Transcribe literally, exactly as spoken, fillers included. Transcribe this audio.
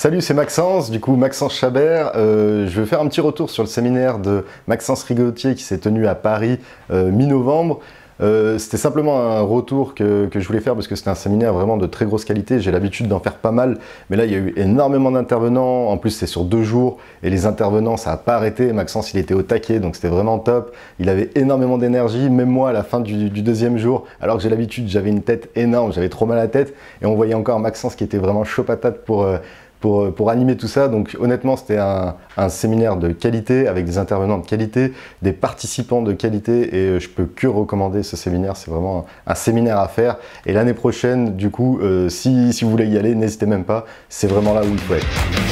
Salut, c'est Maxence, du coup Maxence Chabert. Euh, je vais faire un petit retour sur le séminaire de Maxence Rigotier qui s'est tenu à Paris euh, mi-novembre. Euh, c'était simplement un retour que, que je voulais faire parce que c'était un séminaire vraiment de très grosse qualité. J'ai l'habitude d'en faire pas mal, mais là il y a eu énormément d'intervenants. En plus c'est sur deux jours et les intervenants ça n'a pas arrêté. Maxence il était au taquet donc c'était vraiment top. Il avait énormément d'énergie, même moi à la fin du, du deuxième jour, alors que j'ai l'habitude, j'avais une tête énorme, j'avais trop mal à la tête et on voyait encore Maxence qui était vraiment chaud patate pour... Euh, Pour, pour animer tout ça. Donc honnêtement c'était un, un séminaire de qualité avec des intervenants de qualité, des participants de qualité et je peux que recommander ce séminaire. C'est vraiment un, un séminaire à faire et l'année prochaine du coup euh, si, si vous voulez y aller n'hésitez même pas, c'est vraiment là où il faut être.